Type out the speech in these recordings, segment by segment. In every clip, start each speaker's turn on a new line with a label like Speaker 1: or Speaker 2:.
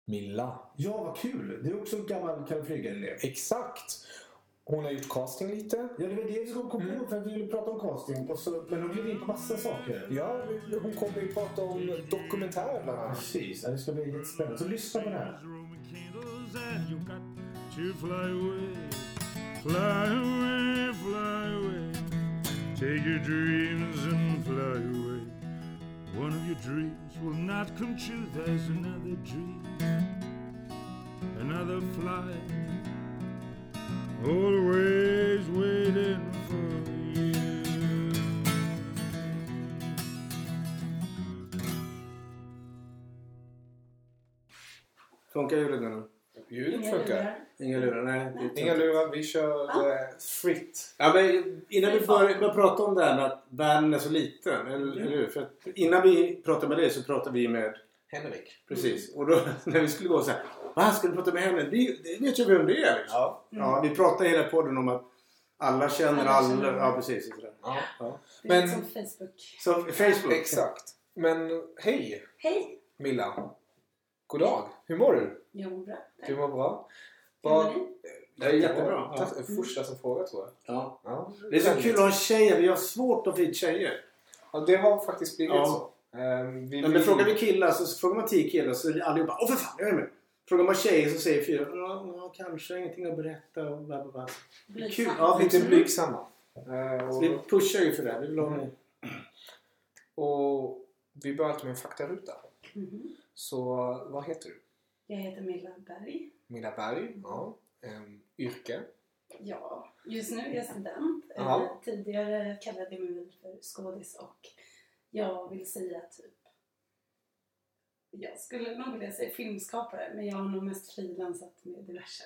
Speaker 1: Milla.
Speaker 2: Ja, vad kul. Det är också en gammal Kalle Flygare-elev.
Speaker 1: Exakt. Hon har gjort casting lite.
Speaker 2: Ja, det var det vi skulle komma på för att vi ville prata om casting. Och så, men hon gled in på massa saker.
Speaker 1: Ja, hon kommer ju prata om dokumentärer bland annat.
Speaker 2: Precis, det ska bli jättespännande. Så lyssna på det här.
Speaker 3: Fly away, fly away. Take your dreams and fly away. One of your dreams will not come true. There's another dream, another flight, always waiting for you.
Speaker 2: Funkar ljudet nu?
Speaker 1: Ljudet funkar.
Speaker 2: Inga lurar, nej.
Speaker 1: Inga lurar, vi kör fritt.
Speaker 2: Ja, men innan vi börjar prata om det här med att världen är så liten, eller hur? För att innan vi pratar med dig så pratar vi med
Speaker 1: Henrik.
Speaker 2: Precis. Och då när vi skulle gå så här, vad ska du prata med henne? Det vet ju vem det är. Liksom.
Speaker 1: Ja.
Speaker 2: Ja, vi pratar hela podden om att alla känner alla. Ja, precis.
Speaker 1: Ja.
Speaker 2: Ja.
Speaker 4: Det är
Speaker 1: Men
Speaker 4: som Facebook.
Speaker 2: Så Facebook.
Speaker 1: exakt. Men hej
Speaker 4: Hej!
Speaker 1: Milla. God dag. Hur mår du?
Speaker 4: Jag mår bra.
Speaker 1: Du mår bra.
Speaker 4: Hur mår ni?
Speaker 2: Det är jättebra.
Speaker 1: Tack. Första som frågar tror jag.
Speaker 2: Ja.
Speaker 1: Ja.
Speaker 2: Det är så kul att ha tjejer. Vi har svårt att få hit tjejer.
Speaker 1: Ja, det har faktiskt blivit
Speaker 2: Ja.
Speaker 1: så.
Speaker 2: Men frågar vi killar så frågar man 10 killar så är det allihopa, åh för fan, jag är med. Frågar man tjejer så säger 4, ja, kanske ingenting att berätta och bla bla bla.
Speaker 4: Blygsam.
Speaker 2: Kul. Ja,
Speaker 1: lite blygsamma.
Speaker 2: Så vi pushar ju för det. Vi vill ha med.
Speaker 1: Och vi börjar alltid med en faktaruta.
Speaker 4: Mhm.
Speaker 1: Så vad heter du?
Speaker 4: Jag heter Milla Berg.
Speaker 1: Milla Berg. Ja. Yrke.
Speaker 4: Ja, just nu är jag student.
Speaker 1: Ja.
Speaker 4: Tidigare kallade jag mig väl för skådis och jag vill säga typ... Jag skulle nog vilja säga filmskapare, men jag har nog mest frilansat med diverse.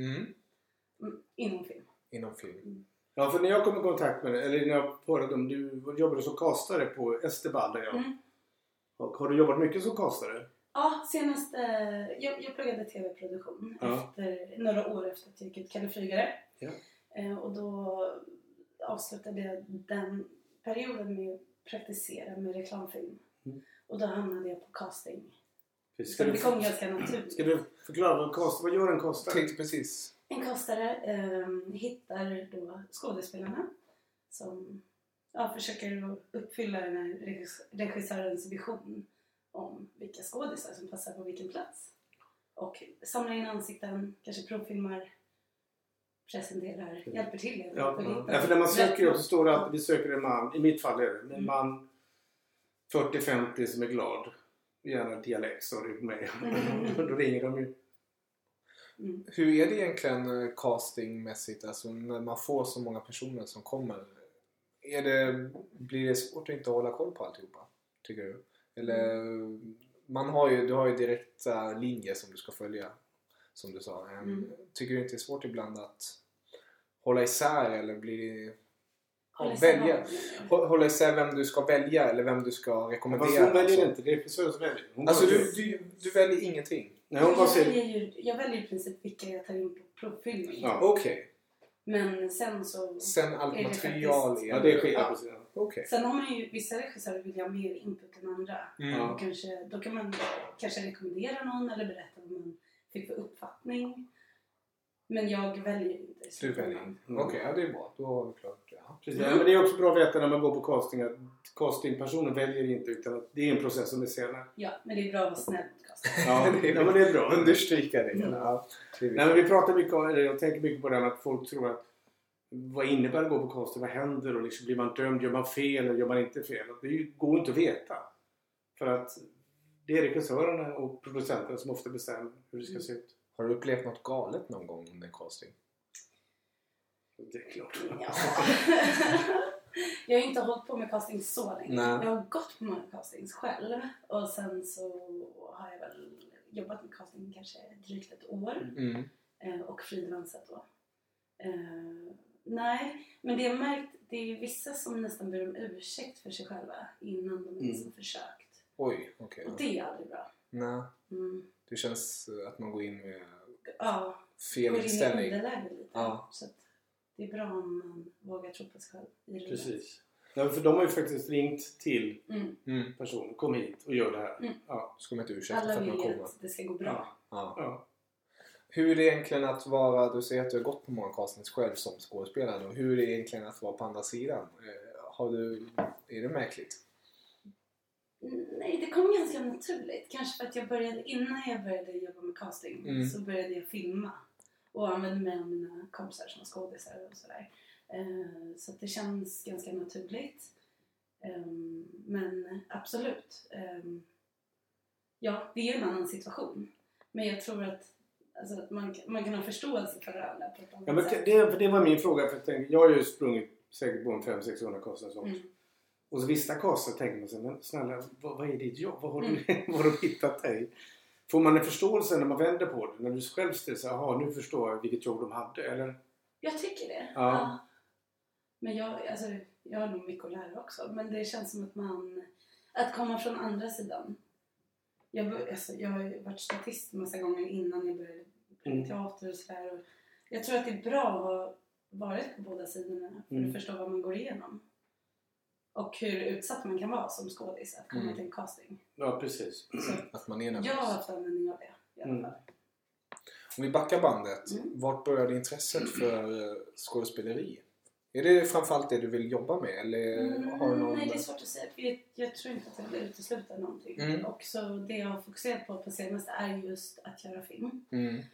Speaker 4: Inom film.
Speaker 1: Inom film.
Speaker 2: Ja, för när jag kom i kontakt med dig, eller när jag hörde om du jobbade som castare på Esteban där jag. Har du jobbat mycket som castare?
Speaker 4: Ja, senast... Jag pluggade tv-produktion efter några år efter att jag gick ut Kalle Flygare.
Speaker 2: Ja.
Speaker 4: Och då avslutade jag den perioden med att praktisera med reklamfilm. Och då hamnade jag på casting. Så det kom ganska naturligt.
Speaker 2: Ska du förklara vad gör en castare?
Speaker 1: Tänkte precis.
Speaker 4: En castare hittar då skådespelarna som försöker uppfylla den här regissörens vision om vilka skådisar som passar på vilken plats. Och samlar in ansikten, kanske provfilmar, presenterar, hjälper till.
Speaker 2: Ja, för när man söker upp så står det alltid, vi söker en man, i mitt fall är det en man 40-50 som är glad. Gärna dialekt, så det är mig. Då ringer de ju.
Speaker 1: Hur är det egentligen castingmässigt? Alltså när man får så många personer som kommer. Blir det svårt att inte hålla koll på alltihopa? Tycker du? Eller du har ju direkta linjer som du ska följa. Som du sa. Tycker du inte det är svårt ibland att hålla isär eller blir hålla isär vem du ska välja eller vem du ska rekommendera?
Speaker 2: Fast hon väljer inte, det är regissören som väljer.
Speaker 1: Alltså du väljer ingenting?
Speaker 2: Nej,
Speaker 4: jag väljer i princip vilka jag tar in på provfilmning.
Speaker 1: Ja. Okej.
Speaker 4: Men sen
Speaker 1: allt material är...
Speaker 2: Ja, det sker. Ja.
Speaker 1: Okay.
Speaker 4: Sen har man ju, vissa regissörer vill ha mer input än andra. Och då kan man kanske rekommendera någon eller berätta vad man fick för uppfattning. Men jag väljer inte.
Speaker 1: Du väljer inte. Okej, ja, det är bra. Då har vi klart det. Ja.
Speaker 2: Precis. Men det är också bra att veta när man går på casting att castingpersonen väljer inte utan att det är en process som är senare.
Speaker 4: Ja, men det är bra att vara snäll mot casting.
Speaker 2: Ja, men det är bra.
Speaker 1: Understryka det. Ja.
Speaker 2: Nej, men vi pratar mycket om det. Jag tänker mycket på det att folk tror att vad innebär att gå på casting? Vad händer? Och liksom, blir man dömd? Gör man fel eller gör man inte fel? Det går inte att veta. För att det är regissörerna och producenterna som ofta bestämmer hur det ska se ut.
Speaker 1: Har du upplevt något galet någon gång under en casting?
Speaker 2: Det är klart.
Speaker 4: Ja. Jag har inte hållit på med casting så länge.
Speaker 1: Nej.
Speaker 4: Jag har gått på många castings själv. Och sen så har jag väl jobbat med casting kanske drygt ett år. Och frilansat då. Nej, men det jag märkt, det är vissa som nästan ber om ursäkt för sig själva innan de ens har försökt.
Speaker 1: Oj, okej.
Speaker 4: Och det är aldrig bra.
Speaker 1: Nej. Det känns att man går in med fel
Speaker 4: går
Speaker 1: inställning.
Speaker 4: in i underläge lite.
Speaker 1: Ja.
Speaker 4: Så att det är bra om man vågar tro på sig själv.
Speaker 2: Precis. Ja, för de har ju faktiskt ringt till
Speaker 1: Mm.
Speaker 2: personen. Kom hit och gör det här.
Speaker 4: Mm.
Speaker 2: Ja.
Speaker 1: Ska man inte ursäkta
Speaker 4: Alla
Speaker 1: för att man
Speaker 4: vill
Speaker 1: kommer.
Speaker 4: att det ska gå bra.
Speaker 1: Ja.
Speaker 2: Ja.
Speaker 1: Hur är det egentligen att vara, du säger att du har gått på många castings själv som skådespelare, och hur är det egentligen att vara på andra sidan? Är det märkligt?
Speaker 4: Nej, det kom ganska naturligt. Kanske för att innan jag började jobba med casting så började jag filma. Och använde mig av mina kompisar som skådisar och sådär. Så att det känns ganska naturligt. Men absolut. Ja, det är en annan situation. Men jag tror att man kan ha förståelse för varandra på ett annat sätt.
Speaker 2: Det var min fråga. För jag har ju sprungit säkert på en 500-600 castings också. Och så vissa castare tänker man sig, men snälla, vad är ditt jobb? Vad har du hittat dig? Får man en förståelse när man vänder på det? När du själv säger, jaha, nu förstår jag vilket jobb de hade, eller?
Speaker 4: Jag tycker det.
Speaker 2: Ja.
Speaker 4: Men jag har nog mycket att lära också. Men det känns som att komma från andra sidan. Jag har ju varit statist massa gånger innan jag började på teater och sådär. Jag tror att det är bra att ha varit på båda sidorna för att förstå vad man går igenom. Och hur utsatt man kan vara som skådis att komma till en casting.
Speaker 2: Ja, precis.
Speaker 4: Så
Speaker 1: Att man är nervös.
Speaker 4: jag har haft användning av det i alla fall.
Speaker 1: Om vi backar bandet, vart började intresset för skådespeleri? Är det framförallt det du vill jobba med? Eller har du någon...
Speaker 4: Nej, det är svårt att säga. För jag tror inte att jag vill utesluta någonting. Och så det jag har fokuserat på senaste är just att göra film.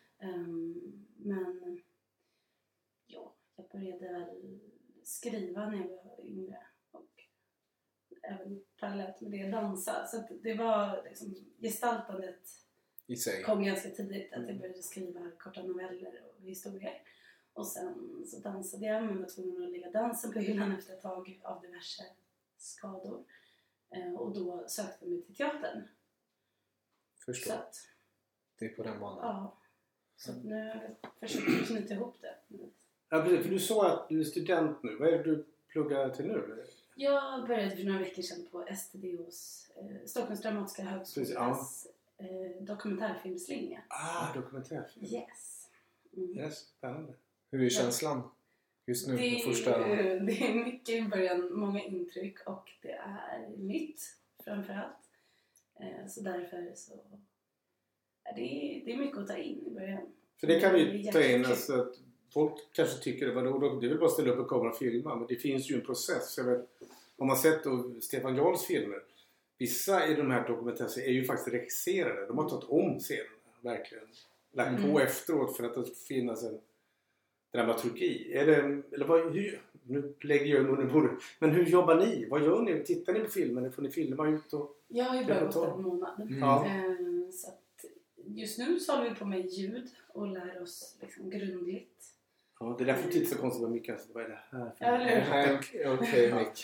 Speaker 4: Men ja, jag började väl skriva när jag var yngre. Och även parallellt med det dansa. Så att det var liksom gestaltandet
Speaker 1: I sig.
Speaker 4: kom ganska tidigt. Att jag började skriva korta noveller och historier. Och sen så dansade jag, men var tvungen att lägga dansen på hyllan efter ett tag av diverse skador. Och då sökte jag mig till teatern.
Speaker 1: Förstår.
Speaker 4: Så att,
Speaker 1: det är på den banan.
Speaker 4: ja. Så att nu försöker jag knyta ihop det.
Speaker 2: Ja, precis. För du sa att du är student nu. Vad är det du pluggar till nu?
Speaker 4: Jag började för några veckor sedan på STDOs, Stockholms Dramatiska Högskolas dokumentärfilmslinje.
Speaker 2: Dokumentärfilm.
Speaker 4: Yes.
Speaker 2: Yes, spännande.
Speaker 1: Hur är känslan just nu?
Speaker 4: Det är mycket i början, många intryck och det är nytt framförallt. Så därför så är det är mycket att ta in i början.
Speaker 2: För det kan vi ta in, alltså att folk kanske tycker det är väl bara att ställa upp en kamera och filma, men det finns ju en process. Jag vet, om man sett då Stefan Jarls filmer, vissa i de här dokumentärserierna är ju faktiskt regisserade. De har tagit om scenerna, verkligen. Lagt på efteråt för att det ska finnas en dramaturgi. Nu lägger jag munnen på det. Men hur jobbar ni? Vad gör ni? Tittar ni på filmen? Får ni filma ut?
Speaker 4: Jag har ju bara gått en månad. Så att just nu så håller vi på med ljud och lär oss liksom grundligt.
Speaker 2: Ja, det är därför det är så konstigt vad mycket. Vad är det här för
Speaker 1: Okej, Nick.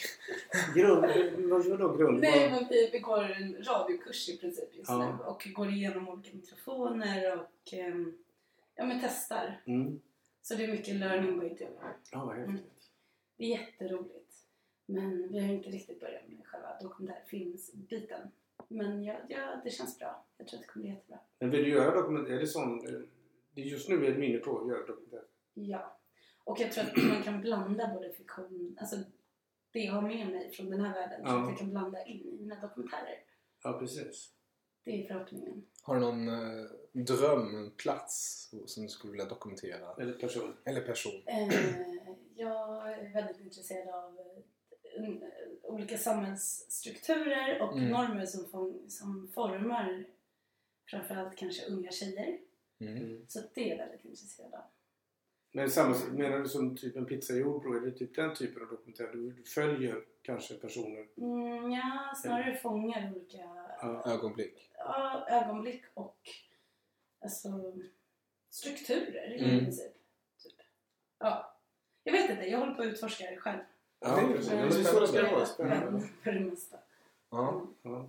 Speaker 2: Vad gör då grund?
Speaker 4: Nej, men vi går en radiokurs i princip just nu. Och går igenom olika mikrofoner och testar. Så det är mycket learning by doing.
Speaker 2: Ja, vad häftigt.
Speaker 4: Det är jätteroligt. Men vi har inte riktigt börjat med själva dokumentärfilmsbiten. Men det känns bra. Jag tror att det kommer bli jättebra.
Speaker 2: Men vill du göra dokumentär? Är det sån... Det är just nu är du inne på att göra dokumentär.
Speaker 4: Ja. Och jag tror att man kan blanda både fiktion... Alltså det jag har med mig från den här världen. Så att jag kan blanda in i mina dokumentärer.
Speaker 2: Ja, precis.
Speaker 4: Det är förhoppningen.
Speaker 1: Har du någon drömplats som du skulle vilja dokumentera? Eller person?
Speaker 4: Jag är väldigt intresserad av olika samhällsstrukturer och normer som formar framförallt kanske unga tjejer. Så det är jag väldigt intresserad av.
Speaker 2: Men menar du som typ en pizzajordbro? Är det typ den typen av dokumentär? Du följer kanske personer?
Speaker 4: Ja, snarare fångar olika
Speaker 1: ögonblick.
Speaker 4: Ja, ögonblick och alltså strukturer i princip. Typ. Ja. Jag vet inte, jag håller på att utforska det själv.
Speaker 2: Ja, det är så det ska vara. Spännande.
Speaker 4: För det mesta.
Speaker 1: Ja.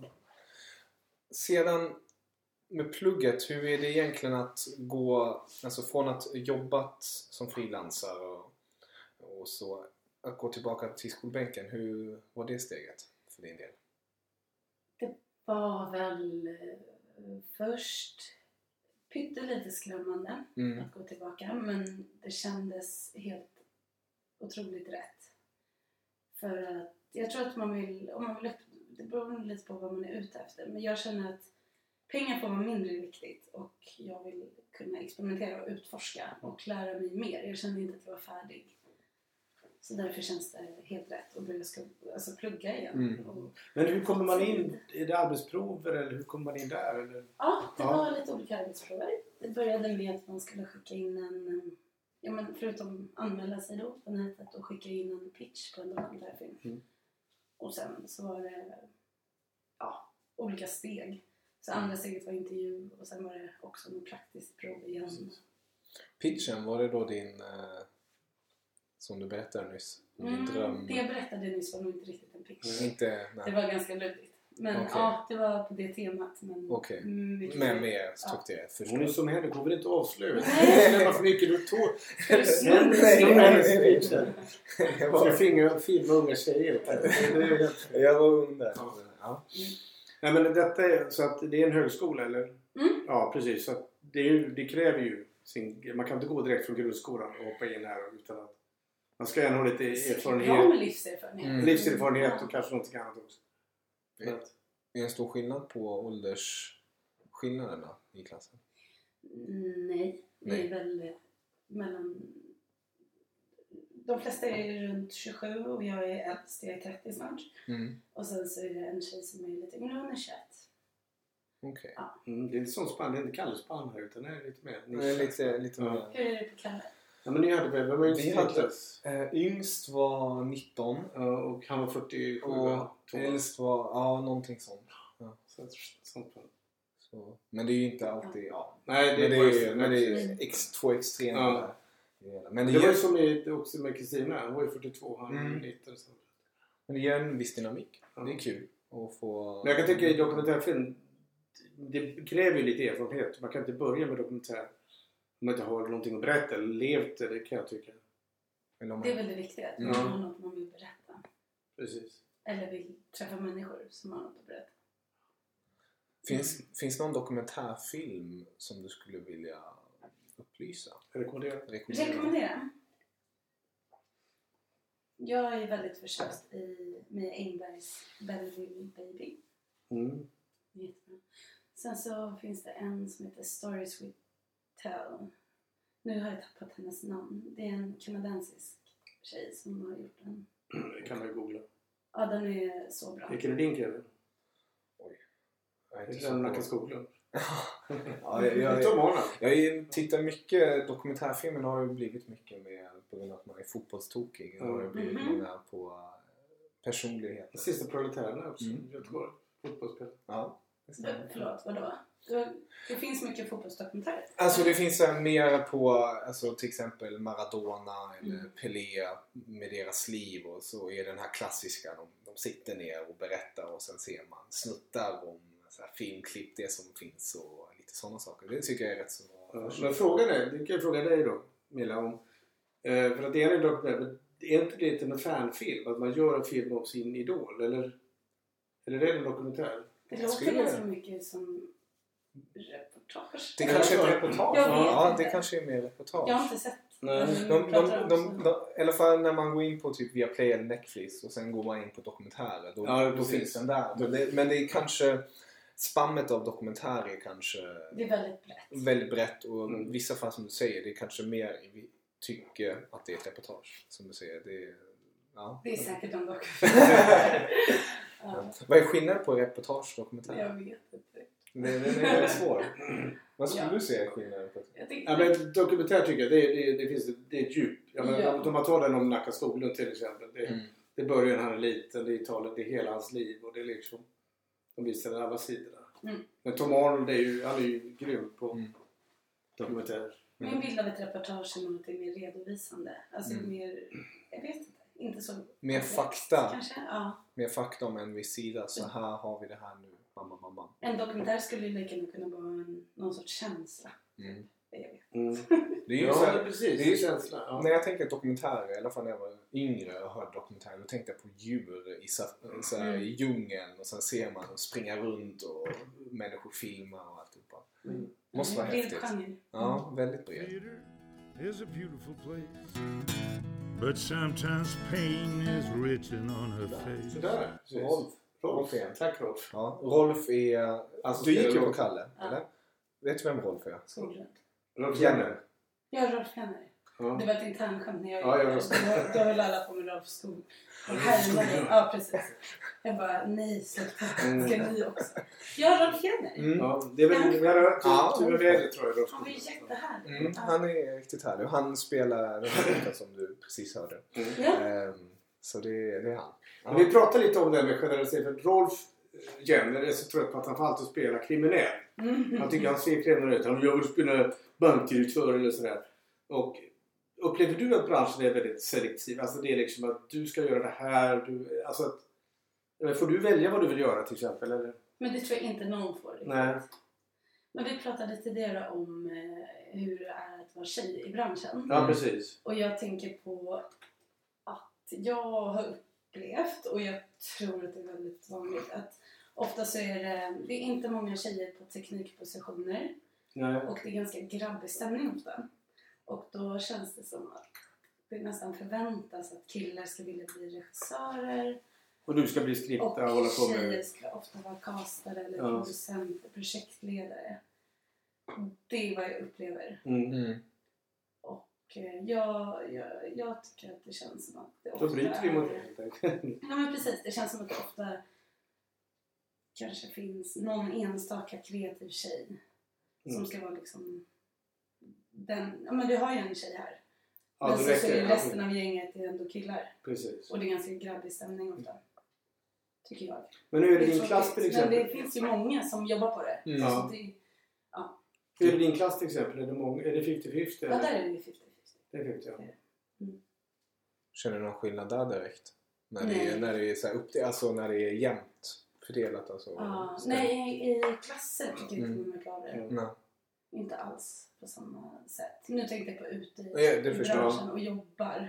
Speaker 1: Sedan med plugget, hur är det egentligen att gå, alltså från att jobbat som frilansare och så, att gå tillbaka till skolbänken, hur var det steget för din del?
Speaker 4: Det var väl först pyttelite skrämmande att gå tillbaka, men det kändes helt otroligt rätt. För att Jag tror att om man vill det beror lite på vad man är ute efter. Men jag känner att pengar får vara mindre viktigt. Och jag vill kunna experimentera och utforska och lära mig mer. Jag kände inte att jag var färdig. Så därför känns det helt rätt att börja plugga igen.
Speaker 2: Men hur kommer man in? Är det arbetsprover eller hur kommer man in där? Eller?
Speaker 4: Ja, det var lite olika arbetsprover. Det började med att man skulle skicka in förutom anmäla sig då på nätet och skicka in en pitch på en dokumentärfilm. Och sen så var det olika steg. Så andra steget var intervju och sen var det också något praktiskt prov igen.
Speaker 1: Pitchen, var det då din, som du berättade nyss, din dröm?
Speaker 4: Det jag berättade nyss var nog inte riktigt en pitch.
Speaker 1: Nej.
Speaker 4: Det var ganska luddigt. Men det var på det temat. Men,
Speaker 1: men mer strukturerat.
Speaker 2: Hon är som henne, kommer inte avslöja.
Speaker 4: Nej.
Speaker 2: Det var för mycket du tog. Jag filma unga tjejer.
Speaker 1: Jag var ung där.
Speaker 2: Ja. Nej, men detta är så att det är en högskola eller? Ja, precis. Så att det kräver ju man kan inte gå direkt från grundskolan och hoppa in här utan att man ska gärna ha lite erfarenhet.
Speaker 4: Ja, med livserfarenhet.
Speaker 2: Livserfarenhet och kanske något annat också.
Speaker 1: Är det en stor skillnad på åldersskillnaderna i klassen?
Speaker 4: Nej, det är väl mellan... De flesta är runt 27 och jag är äldst, jag är 30 snart. Och sen så är det en tjej som är lite yngre, hon är 21.
Speaker 1: Okej.
Speaker 4: Ja.
Speaker 2: Det är inte sån spann, det är inte kallspann här utan det är lite mer.
Speaker 1: Lite mer.
Speaker 4: Hur är det på Kalle?
Speaker 2: Ja, men ni hade väl, vad var
Speaker 1: vi yngst var 19
Speaker 2: och han var 47
Speaker 1: och äldst var någonting sånt. Ja. Så, men det är ju inte alltid
Speaker 2: Nej, det
Speaker 1: är två extremer där. Men
Speaker 2: det var ju som också med Kristina, hon var ju 42, han var 19.
Speaker 1: Men det ger en viss dynamik. Det är kul att få...
Speaker 2: Men jag kan tycka i dokumentärfilm det kräver ju lite erfarenhet. Man kan inte börja med dokumentär om man inte har någonting att berätta eller levt det kan jag tycka.
Speaker 4: Det är väldigt viktigt att man har något man vill berätta.
Speaker 2: Precis.
Speaker 4: Eller vill träffa människor som har något att berätta.
Speaker 1: Finns någon dokumentärfilm som du skulle vilja upplysa?
Speaker 4: Rekommendera? Jag är väldigt förtjust med Engbergs Belleville Baby. Jättebra. Sen så finns det en som heter Stories We Tell. Nu har jag tappat hennes namn. Det är en kanadensisk tjej som har gjort den.
Speaker 2: Det kan man ju googla.
Speaker 4: Ja, den är så bra.
Speaker 2: Vilken är din kille?
Speaker 1: Oj.
Speaker 2: Jag är Nacka Skoglund.
Speaker 1: Jag tittar mycket, dokumentärfilmen har ju blivit mycket med på grund av att man är fotbollstokig. Det har ju blivit många på personligheter.
Speaker 2: Sista proletärerna också, Göteborg, fotbollsspel.
Speaker 1: Ja.
Speaker 4: Förlåt, vadå? Det finns mycket fotbollsdokumentärer.
Speaker 1: Alltså det finns mer på till exempel Maradona eller Pelé med deras liv och så är den här klassiska, de sitter ner och berättar och sen ser man snuttar om så här filmklipp, det som finns och lite sådana saker. Det tycker jag är rätt så bra.
Speaker 2: Men frågan är, det kan jag fråga dig då Milla om, för att det är en dokumentär, är inte det en fanfilm att man gör en film om sin idol eller är det en dokumentär?
Speaker 4: Det låter ganska mycket som reportage.
Speaker 1: Det kanske är ett reportage. Ja, det kanske är mer reportage.
Speaker 4: Jag har inte sett.
Speaker 1: I alla fall när man går in på typ Viaplay eller Netflix och sen går man in på dokumentärer. Då finns den där. Men det är kanske spammet av dokumentärer kanske.
Speaker 4: Det är väldigt brett.
Speaker 1: Väldigt brett och i vissa fall som du säger det är kanske mer vi tycker att det är ett reportage som du säger.
Speaker 4: Det är säkert en dokumentär.
Speaker 1: Vad är skillnaden på reportage och dokumentär?
Speaker 4: Jag vet inte.
Speaker 1: Den är väldigt svår. Vad skulle du säga skillnaden på?
Speaker 2: Men dokumentär tycker jag det är ett djup. Om man tar den om Nacka Skoglund till exempel. Det börjar när han är liten, det är talet, det är hela hans liv och det är liksom de visar alla sidorna. Men Tom Arnold han är ju grym på dokumentär.
Speaker 4: Min bild av ett reportage är någonting mer redovisande. Alltså mer, jag vet inte så
Speaker 1: mer fakta.
Speaker 4: Kanske,
Speaker 1: mer fakta om en viss sida. Så här har vi det här nu. Mamma.
Speaker 4: En dokumentär skulle ju lika kunna vara någon sorts känsla. Jag vet.
Speaker 1: Det är ju så här,
Speaker 2: precis. Det är känsla. Ja.
Speaker 1: När jag tänker dokumentärer, i alla fall när jag var yngre och hörde dokumentärer, då tänkte jag på djur i djungeln och sen ser man och springa runt och människor filmar och alltihopa. Måste vara häftigt. Ja, väldigt bred.
Speaker 3: Theater is a beautiful place but sometimes pain is written on her face.
Speaker 2: Sådär.
Speaker 1: Rolf igen.
Speaker 2: Tack Rolf.
Speaker 1: Ja, Rolf är...
Speaker 2: Alltså,
Speaker 1: du gick ju på
Speaker 2: Rolf.
Speaker 1: Kalle,
Speaker 4: Ja.
Speaker 1: eller? Vet du vem Rolf är?
Speaker 4: Skolrund.
Speaker 2: Rolf
Speaker 1: Jenner.
Speaker 4: Ja, Rolf Jenner.
Speaker 2: Ja.
Speaker 4: Det var ett internskämt när jag
Speaker 2: Ja, jag
Speaker 4: då vill alla på med Rolf Skog. Och här ja, precis. Jag bara, nej, sluta. Ska ni också? Ja, Rolf Jenner.
Speaker 2: Ja, det är väl vi har tur och väder tror jag. Rolf.
Speaker 4: Han var ju jättehärlig.
Speaker 1: Han är riktigt härlig och han spelar den här låten som du precis hörde.
Speaker 4: Ja.
Speaker 1: Så det är han.
Speaker 2: Men vi pratar lite om det med generalisering. För Rolf Jenner är så trött på att han får alltid spela kriminell. Han tycker han ser kriminell ut. Han vill spela bankdirektör eller sådär. Och upplever du att branschen är väldigt selektiv? Alltså det är liksom att du ska göra det här. Alltså att, får du välja vad du vill göra till exempel? Eller?
Speaker 4: Men det tror jag inte någon får. Riktigt.
Speaker 2: Nej.
Speaker 4: Men vi pratade tidigare om hur det är att vara tjej i branschen.
Speaker 2: Ja, precis.
Speaker 4: Och jag tänker på att jag har upplevt, och jag tror att det är väldigt vanligt, att ofta så är det är inte många tjejer på teknikpositioner.
Speaker 2: Nej.
Speaker 4: Och det är ganska grabbig stämning ofta. Och då känns det som att det nästan förväntas att killar ska vilja bli regissörer.
Speaker 2: Och du ska bli skripta och
Speaker 4: Och
Speaker 2: hålla på med...
Speaker 4: tjejer ska ofta vara castare eller producenter, projektledare. Det är vad jag upplever. Och jag tycker att det känns som att det ofta
Speaker 2: Då bryter vi mot det.
Speaker 4: Ja, men precis. Det känns som att det ofta kanske finns någon enstaka kreativ tjej som ska vara liksom den... Ja, men vi har ju en tjej här.
Speaker 2: Ja,
Speaker 4: men
Speaker 2: det
Speaker 4: så är
Speaker 2: räcker.
Speaker 4: resten av gänget är ändå killar.
Speaker 2: Precis.
Speaker 4: Och det är ganska grabbig stämning ofta. Tycker jag.
Speaker 2: Men nu är det
Speaker 4: Det är
Speaker 2: din klass till
Speaker 4: tråkigt, men
Speaker 2: exempel.
Speaker 4: det finns ju många som jobbar på det.
Speaker 1: Mm.
Speaker 4: Så det
Speaker 2: Hur är det din klass till exempel? Är det 50-50?
Speaker 4: ja, där är det ju 50-50.
Speaker 2: Det är 50, ja.
Speaker 1: Känner du någon skillnad där direkt? När
Speaker 4: Nej.
Speaker 1: det är så här alltså när det är jämnt fördelat alltså?
Speaker 4: Ja, nej, i klasser tycker jag inte man är klarare.
Speaker 1: Nej.
Speaker 4: Inte alls på samma sätt. Nu tänkte jag på ute i
Speaker 1: det förstår
Speaker 4: branschen och jobbar.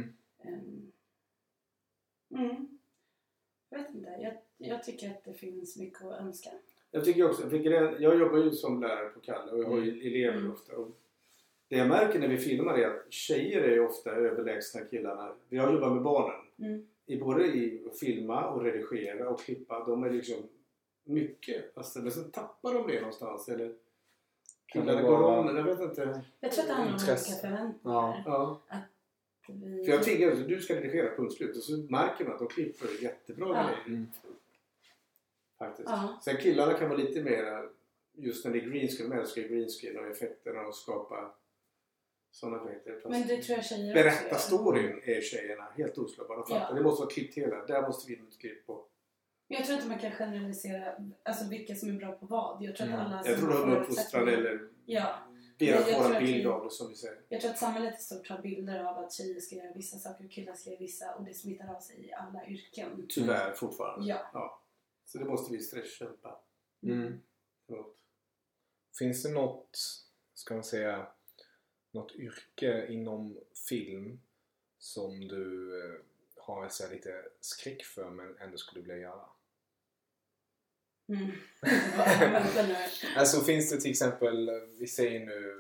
Speaker 4: Jag vet inte. Jag tycker att det finns mycket att önska.
Speaker 2: Jag tycker också, jag jobbar ju som lärare på Kalle och jag har ju elever ofta. Och det jag märker när vi filmar är att tjejer är ju ofta överlägsna killarna. Vi har jobbat med barnen. Både i att filma och redigera och klippa. De är liksom mycket. Alltså, men sen tappar de det någonstans. Eller killarna går om. Jag vet inte.
Speaker 4: Jag tror att det handlar om olika förväntningar.
Speaker 2: Ja. För jag tänker att du ska redigera punkt slut och så märker man att de klipper jättebra grejer. Faktiskt.
Speaker 4: Ja.
Speaker 2: Sen killarna kan vara lite mer just när det är greenscreen. De älskar greenscreen och effekterna och skapa sådana effekter.
Speaker 4: Men det tror jag tjejer
Speaker 2: berätta
Speaker 4: också
Speaker 2: storyn är tjejerna helt oslagbara.
Speaker 4: Ja.
Speaker 2: Det måste vara klippt hela. Där måste vi inte klippa på.
Speaker 4: Jag tror inte man kan generalisera alltså vilka som är bra på vad. Jag tror att alla
Speaker 2: Jag tror de har uppfostran eller ber att få en bild av det som vi säger.
Speaker 4: Jag tror att samhället i stort har bilder av att tjejer ska göra vissa saker och killar ska göra vissa. Och det smittar av sig i alla yrken.
Speaker 2: Tyvärr fortfarande.
Speaker 4: Ja.
Speaker 2: Så det måste vi stresskämpa.
Speaker 1: Finns det något, ska man säga, något yrke inom film som du har så här lite skräck för men ändå skulle vilja göra? Alltså finns det till exempel, vi säger nu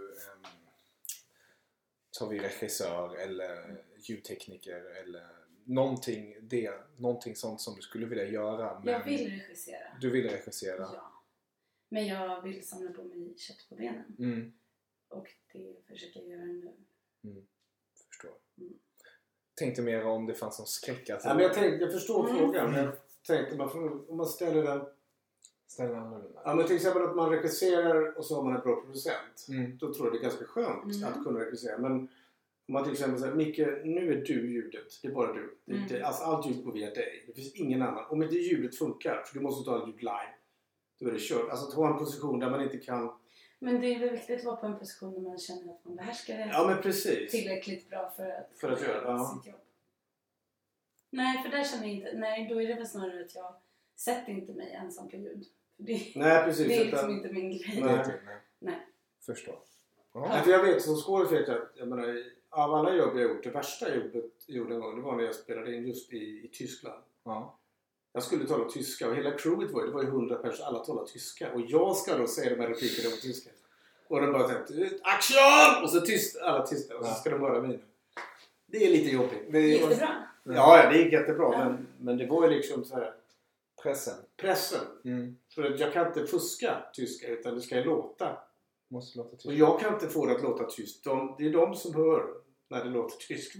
Speaker 1: tar vi regissör eller ljudtekniker eller någonting sånt som du skulle vilja göra. Men
Speaker 4: jag vill regissera.
Speaker 1: Du vill regissera?
Speaker 4: Ja. Men jag vill samla på mig kött på benen. Och det försöker jag göra nu.
Speaker 1: Förstår. Tänkte mer om det fanns någon skräck. Alltså.
Speaker 2: Ja, men jag förstår frågan. Men jag tänkte om man ställer den... Ja, men till exempel att man regisserar och så har man en bra producent. Då tror jag det är ganska skönt att kunna regissera. Men om man till exempel säger Micke, nu är du ljudet. Det är bara du. Alltså allt ljud går via dig. Det finns ingen annan. Om inte ljudet funkar, för du måste ta ljud live. Då är det kört. Alltså att ha en position där man inte kan...
Speaker 4: Men det är väl viktigt att vara på en position där man känner att man behärskar det.
Speaker 2: Ja, men precis.
Speaker 4: Tillräckligt bra för att
Speaker 2: göra
Speaker 4: sitt jobb. Nej, för där känner jag inte... Nej, då är det väl snarare att jag sätter inte mig ensam på ljud.
Speaker 2: Nej, precis.
Speaker 4: Det är liksom inte min grej. Nej.
Speaker 1: Förstår.
Speaker 2: Nej, för jag vet som skådespelare att jag menar, av alla jobb jag gjort, det värsta jobbet jag gjorde en gång, det var när jag spelade in just i Tyskland.
Speaker 1: Ja.
Speaker 2: Jag skulle tala tyska och hela crewet det var ju 100 personer, alla talar tyska. Och jag ska då säga de här replikerna på tyska. Och de bara tänkte, action! Och så alla tysta och så ska de höra mina. Det är lite jobbigt.
Speaker 4: Gick det bra?
Speaker 2: Ja, det gick jättebra. Men det var ju liksom så här... Pressen. För att jag kan inte fuska tyska utan det ska låta.
Speaker 1: Måste låta tyst.
Speaker 2: Och jag kan inte få det att låta tyst. Det är de som hör när det låter tyskt.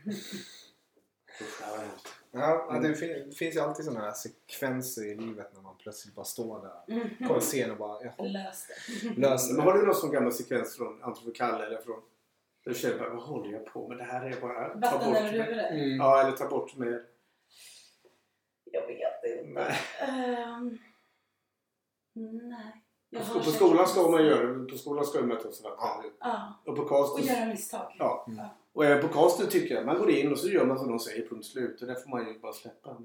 Speaker 1: Ja, det finns ju alltid sådana här sekvenser i livet när man plötsligt bara står där. Kommer scen och bara...
Speaker 4: Löste.
Speaker 2: Men har du någon sån gammal sekvens från antingen för Kalle eller från... Du känner bara, vad håller jag på med? Det här är bara...
Speaker 4: Vatten över huvudet?
Speaker 2: Ja, eller ta bort med...
Speaker 4: Jag vet inte. Nej.
Speaker 2: På skolan ska man göra. På skolan ska man möta sådär.
Speaker 4: Ja.
Speaker 2: Och på casten...
Speaker 4: Och göra misstag.
Speaker 2: Ja. Och även på casten tycker jag. Man går in och så gör man som de säger. Punkt slut. Och där får man ju bara släppa.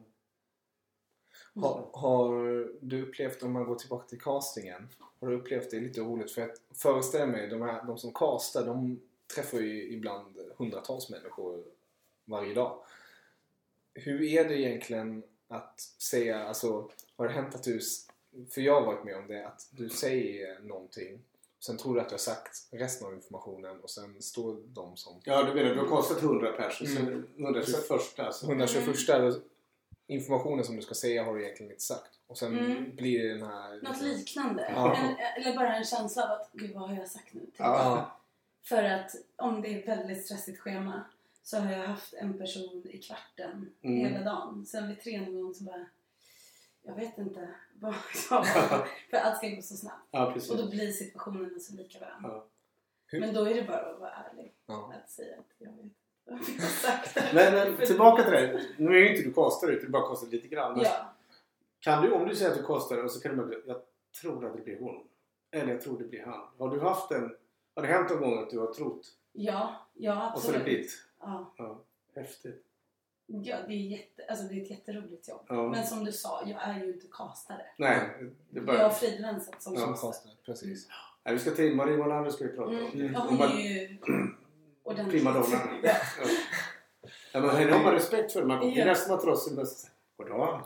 Speaker 1: Har du upplevt, om man går tillbaka till castingen, har du upplevt det lite roligt? För att föreställa mig, de som castar, de träffar ju ibland hundratals människor varje dag. Hur är det egentligen att säga, alltså har det hänt att du, för jag har varit med om det, att du säger någonting, sen tror du att du har sagt resten av informationen och sen står de som...
Speaker 2: Ja, du menar, du har kastat 100 personer, 121 alltså.
Speaker 1: 121 informationen som du ska säga har du egentligen inte sagt. Och sen blir det den här...
Speaker 4: Något liknande.
Speaker 1: Ja.
Speaker 4: Eller bara en känsla av att, gud vad har jag sagt nu? För att om det är ett väldigt stressigt schema så har jag haft en person i kvarten hela dagen. Sen vid 3 någon gång så bara, jag vet inte vad jag sa. För allt ska gå så snabbt.
Speaker 2: Ja, precis.
Speaker 4: Och då blir situationen så lika varandra.
Speaker 1: Ja.
Speaker 4: Men då är det bara att vara ärlig. Att säga att jag vet vad jag har sagt.
Speaker 2: Men tillbaka till det. Nu är ju inte du kastar ut, du bara kastar lite grann. Men kan du, om du säger att du kastar och så kan du jag tror att det blir hon. Eller jag tror det blir han. Har du haft har det hänt någon gång att du har trott?
Speaker 4: Ja, absolut.
Speaker 2: Och så har det blivit?
Speaker 4: Ja.
Speaker 2: Häftigt.
Speaker 4: Ja, det är ett jätteroligt jobb. Ja. Men som du sa, jag är ju inte kastare.
Speaker 2: Nej, det bara...
Speaker 4: Jag har frilansat som
Speaker 1: kastare. Precis.
Speaker 2: Nej, vi ska till Marie Molander ska vi prata om.
Speaker 4: Ja, hon är ju ordentligt.
Speaker 2: Primadonna. Ja, men henne har man respekt för. Man kommer nästan att trots sin goddag.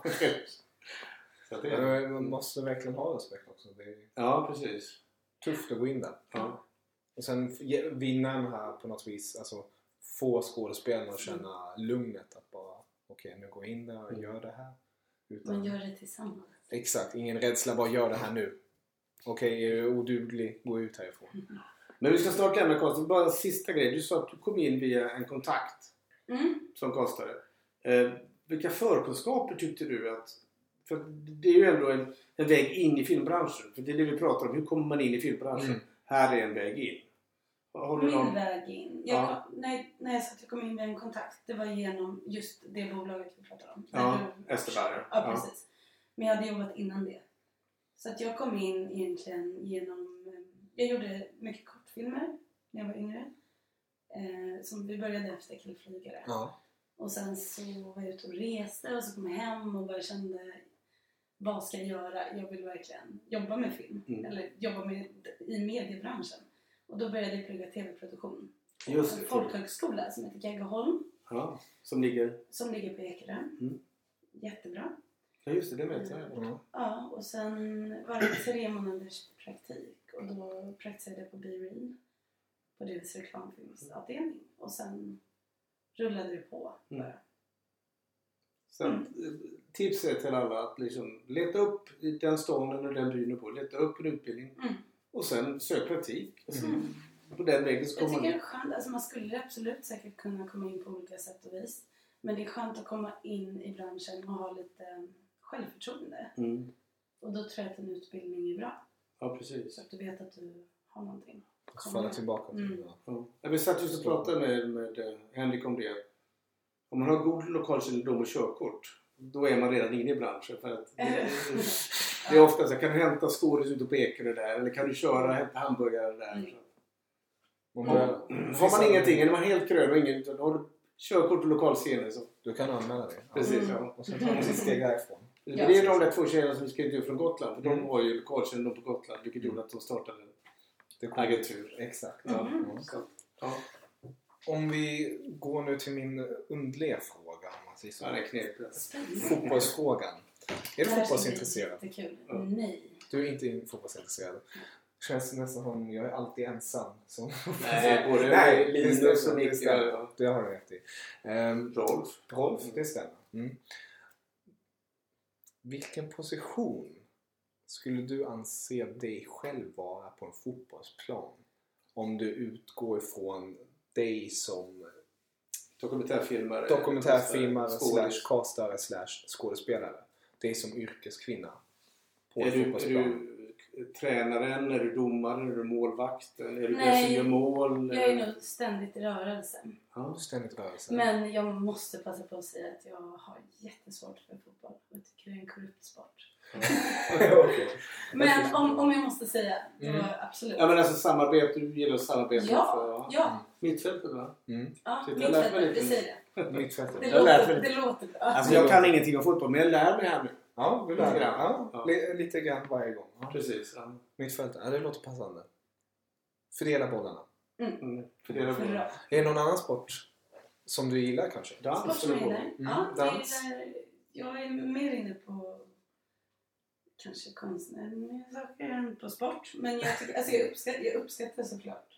Speaker 1: Man måste verkligen ha respekt också. Det är
Speaker 2: precis.
Speaker 1: Tufft att gå in där.
Speaker 2: Ja.
Speaker 1: Och sen vinna den här på något vis. Alltså få skådespelarna att känna lugnet. Att bara, okej, nu går jag in där och gör det här.
Speaker 4: Man gör det tillsammans.
Speaker 1: Exakt, ingen rädsla. Bara gör det här nu. Okej, är du oduglig? Gå ut härifrån.
Speaker 2: Men vi ska snart lämna kastet. Bara en sista grej. Du sa att du kom in via en kontakt som kastare. Vilka förkunskaper tyckte du att... För det är ju ändå en väg in i filmbranschen. För det är det vi pratar om. Hur kommer man in i filmbranschen? Här är en väg in.
Speaker 4: Min väg in? När jag sa att jag kom in via en kontakt. Det var genom just det bolaget vi pratade om.
Speaker 2: Österberg.
Speaker 4: Ja, precis. Men jag hade jobbat innan det. Så att jag kom in egentligen genom... Jag gjorde mycket kortfilmer när jag var yngre. Som vi började efter Killflygare. Och sen så var jag ute och reste och så kom jag hem och bara kände, vad ska jag göra? Jag vill verkligen jobba med film. Eller jobba i mediebranschen. Och då började jag plugga tv-produktion. Just en folkhögskola som heter Gaggeholm.
Speaker 2: Ja, som ligger
Speaker 4: på Ekerö. Jättebra.
Speaker 2: Ja, just det vet jag.
Speaker 4: Ja, och sen var det 3 månaders praktik. Och då praktiserade jag på B-Real. På deras reklamfilmsavdelning. Och sen rullade det på.
Speaker 2: Sen tipset till alla att liksom leta upp den stånden och den byn på. Leta upp en utbildning. Och sen sök praktik. Och sen på den vägen så kommer
Speaker 4: jag tycker det är skönt. Alltså man skulle absolut säkert kunna komma in på olika sätt och vis. Men det är skönt att komma in i branschen och ha lite självförtroende. Och då tror jag att en utbildning är bra.
Speaker 2: Ja, precis.
Speaker 4: Så att du vet att du har någonting.
Speaker 1: Falla tillbaka till det.
Speaker 2: Vi satt just och pratade med Henrik om det. Om man har god lokalkännedom och körkort, då är man redan inne i branschen. För att det är ofta så, kan du hämta skådis ute på Ekerö där? Eller kan du köra och hämta hamburgare där? Har man ingenting, är man helt grön och ingen, då har du körkort och lokalscener så...
Speaker 1: Du kan anmäla det.
Speaker 2: Precis,
Speaker 1: Och sen tar man sitt steg därifrån.
Speaker 2: Det är de där 2 tjejerna som ska ut från Gotland. För de har ju lokalkännedom på Gotland, vilket gjorde att de startade en agentur.
Speaker 1: Exakt. Om vi går nu till min undliga fråga.
Speaker 2: Ja, det är knepigt.
Speaker 1: Fotbollsfrågan. Är du fotbollsintresserad?
Speaker 4: Det är kul. Nej.
Speaker 1: Du är inte fotbollsintresserad. Känns nästan som jag är alltid ensam.
Speaker 2: Nej, både
Speaker 1: Nej,
Speaker 2: Linus och Nick.
Speaker 1: Det har du rätt i.
Speaker 2: Rolf,
Speaker 1: det stämmer. Mm. Vilken position skulle du anse dig själv vara på en fotbollsplan? Om du utgår ifrån dig som
Speaker 2: dokumentärfilmare
Speaker 1: / castare / skådespelare. Dig som yrkeskvinna på en
Speaker 2: är
Speaker 1: fotbollsplan.
Speaker 2: du tränaren? Är du domaren? Är du målvakten? Är du den
Speaker 4: Nej,
Speaker 2: som gör mål?
Speaker 4: Jag är nog ständigt i rörelsen.
Speaker 2: Ja.
Speaker 1: Ständigt rörelse.
Speaker 4: Men jag måste passa på att säga att jag har jättesvårt för fotboll. Jag tycker det är en korrupt sport.
Speaker 1: Okay.
Speaker 4: Men om jag måste säga, då absolut.
Speaker 2: Ja, men alltså samarbete, du gillar samarbete.
Speaker 4: Ja.
Speaker 2: Mittfältet, va?
Speaker 4: Ja,
Speaker 2: Så
Speaker 4: mittfältet, vi säger det.
Speaker 1: Mittfältet.
Speaker 4: Det låter bra.
Speaker 2: Alltså jag kan ingenting om fotboll, men jag lär mig här nu.
Speaker 1: Ja, vi lär grann.
Speaker 2: Ja.
Speaker 1: Lite grann varje gång. Ja.
Speaker 2: Precis. Ja.
Speaker 1: Mittfältet, det låter passande. Fördela bollarna.
Speaker 2: Fördela bollarna.
Speaker 1: Är det någon annan sport som du gillar kanske?
Speaker 4: Sport som jag gillar? Ja,
Speaker 1: dans.
Speaker 4: Jag är mer inne på kanske konstnärliga saker än på sport. Men jag uppskattar såklart.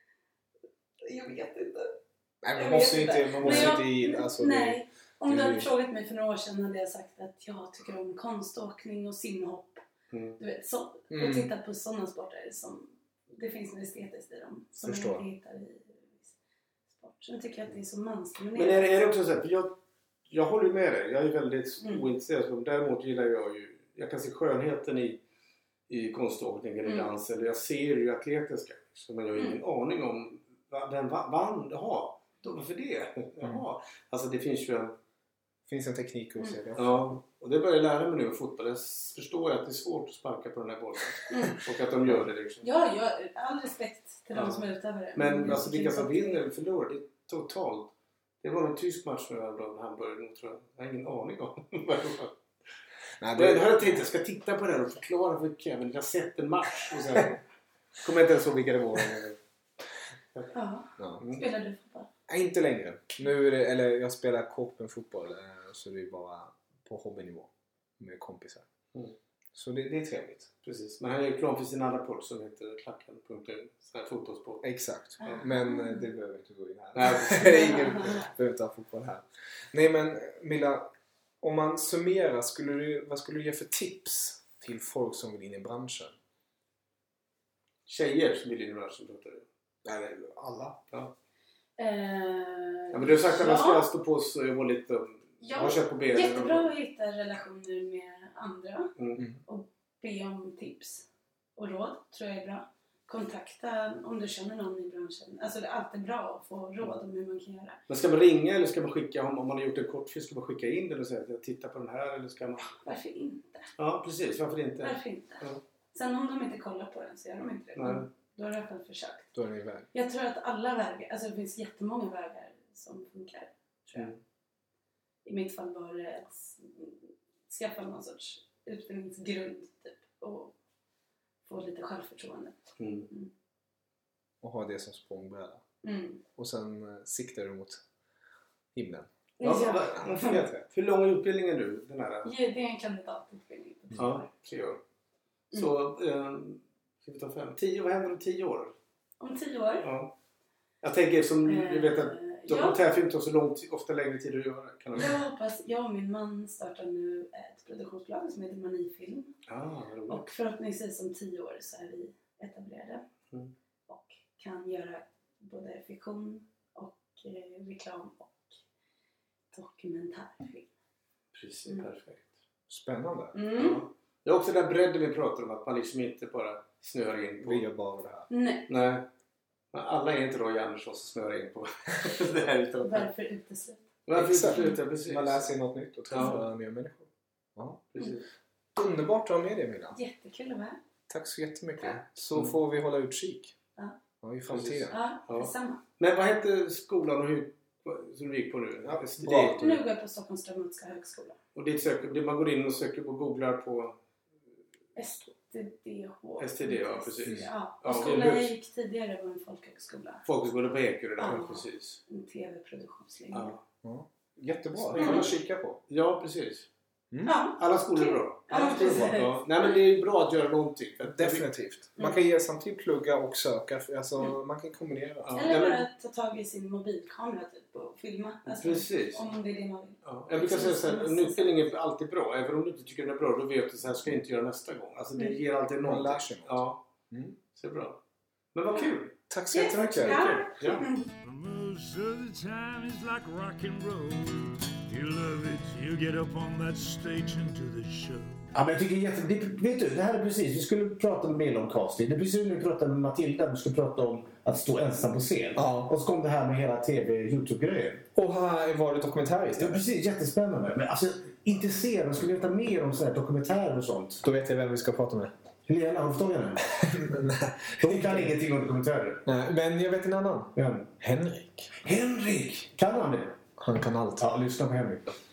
Speaker 4: Jag vet inte.
Speaker 1: Nej, man måste inte gilla. Alltså,
Speaker 4: nej. Om du hade frågat mig för några år sedan hade jag sagt att jag tycker om konståkning och simhopp. Du vet, och tittat på sådana sporter som det finns något estetiskt i dem. Som man inte hittar i sport. Så jag tycker att det är så mansdominerat.
Speaker 2: Men är det också så här, jag håller ju med dig. Jag är väldigt ointresserad. Däremot gillar jag kan se skönheten i konståkningen i dans. Eller jag ser ju atletiska. Så man har ingen aning om den vann. Jaha, varför det? Jaha. Alltså det finns ju
Speaker 1: en teknik att se det.
Speaker 2: Ja, och det börjar jag lära mig nu med fotboll. Jag förstår att det är svårt att sparka på den här bollen. Och att de gör det liksom.
Speaker 4: Ja, all respekt till de som är utövare.
Speaker 2: Men alltså vilka som vinner eller förlorar, det är totalt. Det var en tysk match med Hamburg nog, tror jag. Jag har ingen aning om vad det var. Nej, det har jag tänkt att jag ska titta på den och förklara för Kevin. Jag har sett en match och sen kommer jag inte ens ihåg vilka det var.
Speaker 4: Ja. Spelar du fotboll?
Speaker 1: Nej, inte längre. Nu är det, eller jag spelar korpenfotboll, så det är bara på hobbynivå med kompisar. Så det är trevligt.
Speaker 2: Precis. Men han är ju klar för sin andra podd som heter Klacken.nu. Sån här fotbollspodd.
Speaker 1: Exakt. Men det behöver inte gå in här. Nej, ingen behöver ta fotboll här. Nej, men Milla, om man summerar, vad skulle du ge för tips till folk som vill in i branschen?
Speaker 2: Tjejer som vill in i branschen, pratar du?
Speaker 1: Nej, alla.
Speaker 2: Ja. Ja, men du har sagt att man ska stå på sig och vara lite...
Speaker 4: Ja, jättebra att hitta relationer med andra och be om tips och råd, tror jag är bra. Kontakta om du känner någon i branschen. Alltså det är alltid bra att få råd om hur man kan göra. Men
Speaker 2: ska man ringa eller ska man skicka, om man har gjort en kortfilm, ska man skicka in den och säga att jag tittar på den här, eller ska man...
Speaker 4: Varför inte?
Speaker 2: Ja, precis. Varför inte?
Speaker 4: Ja. Sen om de inte kollar på den så gör de inte det. Nej. Då har jag själv försökt.
Speaker 1: Då är det iväg.
Speaker 4: Jag tror att alla vägar, alltså det finns jättemånga vägar som funkar, tror jag. I mitt fall var det att skaffa någon sorts utbildningsgrund typ, och få lite självförtroende.
Speaker 1: Och ha det som språngbräda. Och sen siktar du mot himlen.
Speaker 2: Hur lång utbildning är du? Den här?
Speaker 4: Det är en kandidatutbildning.
Speaker 2: Ja, 3 år. Så, ska vi ta 5? 10, vad händer om 10 år?
Speaker 4: Om 10 år?
Speaker 2: Ja. Jag tänker som du vet att dokumentärfilm tar så ofta längre tid att göra. Kan
Speaker 4: jag hoppas, jag och min man startar nu ett produktionsbolag som heter Manifilm. Och förhoppningsvis om 10 år så är vi etablerade. Och kan göra både fiktion och reklam och dokumentärfilm.
Speaker 2: Precis, perfekt.
Speaker 1: Spännande.
Speaker 2: Ja. Det är också den bredden vi pratar om, att man liksom inte bara snöar in på...
Speaker 1: Vi gör bara det här.
Speaker 2: Nej. Alla är inte då Janus som snöar in på det här. Utan
Speaker 4: Varför utesluta?
Speaker 2: Precis.
Speaker 1: Man lär sig något nytt och träffar nya människor.
Speaker 2: Ja, precis.
Speaker 1: Underbart att ha med dig, Milla.
Speaker 4: Jättekul att vara här.
Speaker 1: Tack så jättemycket. Så får vi hålla utkik. I framtiden.
Speaker 4: Ja, detsamma.
Speaker 2: Men vad heter skolan och hur som du gick på nu?
Speaker 4: Nu går jag på Stockholms Dramatiska högskola.
Speaker 2: Och dit söker, man går in och söker och googlar på
Speaker 4: STD,
Speaker 2: ja, precis.
Speaker 4: Ja. Och skolan jag gick tidigare var en folkhögskola.
Speaker 2: Folkhögskola på Ekerö där, precis.
Speaker 4: En tv-produktionslinje.
Speaker 1: Ja. Jättebra, det kan man kika på.
Speaker 2: Ja, precis.
Speaker 4: Ja.
Speaker 2: Alla skolor är bra. Alla skolor är bra. Ja. Nej, men det är bra att göra någonting.
Speaker 1: Definitivt. Man kan samtidigt plugga och söka. Alltså, man kan kombinera.
Speaker 2: Ja.
Speaker 4: Eller bara ta tag i sin mobilkamera typ, och filma. Alltså,
Speaker 2: Precis.
Speaker 4: Om det är det man vill.
Speaker 2: Ja. Jag brukar säga så här, en utbildning är alltid bra. Även om du inte tycker den är bra, då vet du så här ska jag inte göra nästa gång. Alltså det ger alltid
Speaker 1: Man
Speaker 2: någonting.
Speaker 1: lär sig något.
Speaker 2: Ja, så är det bra. Men vad kul.
Speaker 1: Tack så jättemycket.
Speaker 2: Ja.
Speaker 3: Most of the time it's like rock and roll. You love it, you get up on that stage and do the show.
Speaker 5: Ja, men jag tycker vet du, det här är precis, vi skulle prata mer om casting. Det är precis nu vi pratade med Matilda, vi skulle prata om att stå ensam på scen.
Speaker 1: Ja.
Speaker 5: Och så kom det här med hela TV-YouTube-grejen.
Speaker 1: Och här var det dokumentär
Speaker 5: Ja,
Speaker 1: istället.
Speaker 5: precis, jättespännande. Men alltså, intresserad, skulle veta mer om sådana här dokumentärer och sånt.
Speaker 1: Då vet jag vem vi ska prata med.
Speaker 5: Helena, har du förstått henne? De kan ingenting om dokumentärer.
Speaker 1: Nej, men jag vet en annan.
Speaker 5: Ja.
Speaker 1: Henrik.
Speaker 5: Henrik! Kan han det?
Speaker 1: Han kan allt.
Speaker 5: Ja, lyssna på Henrik då.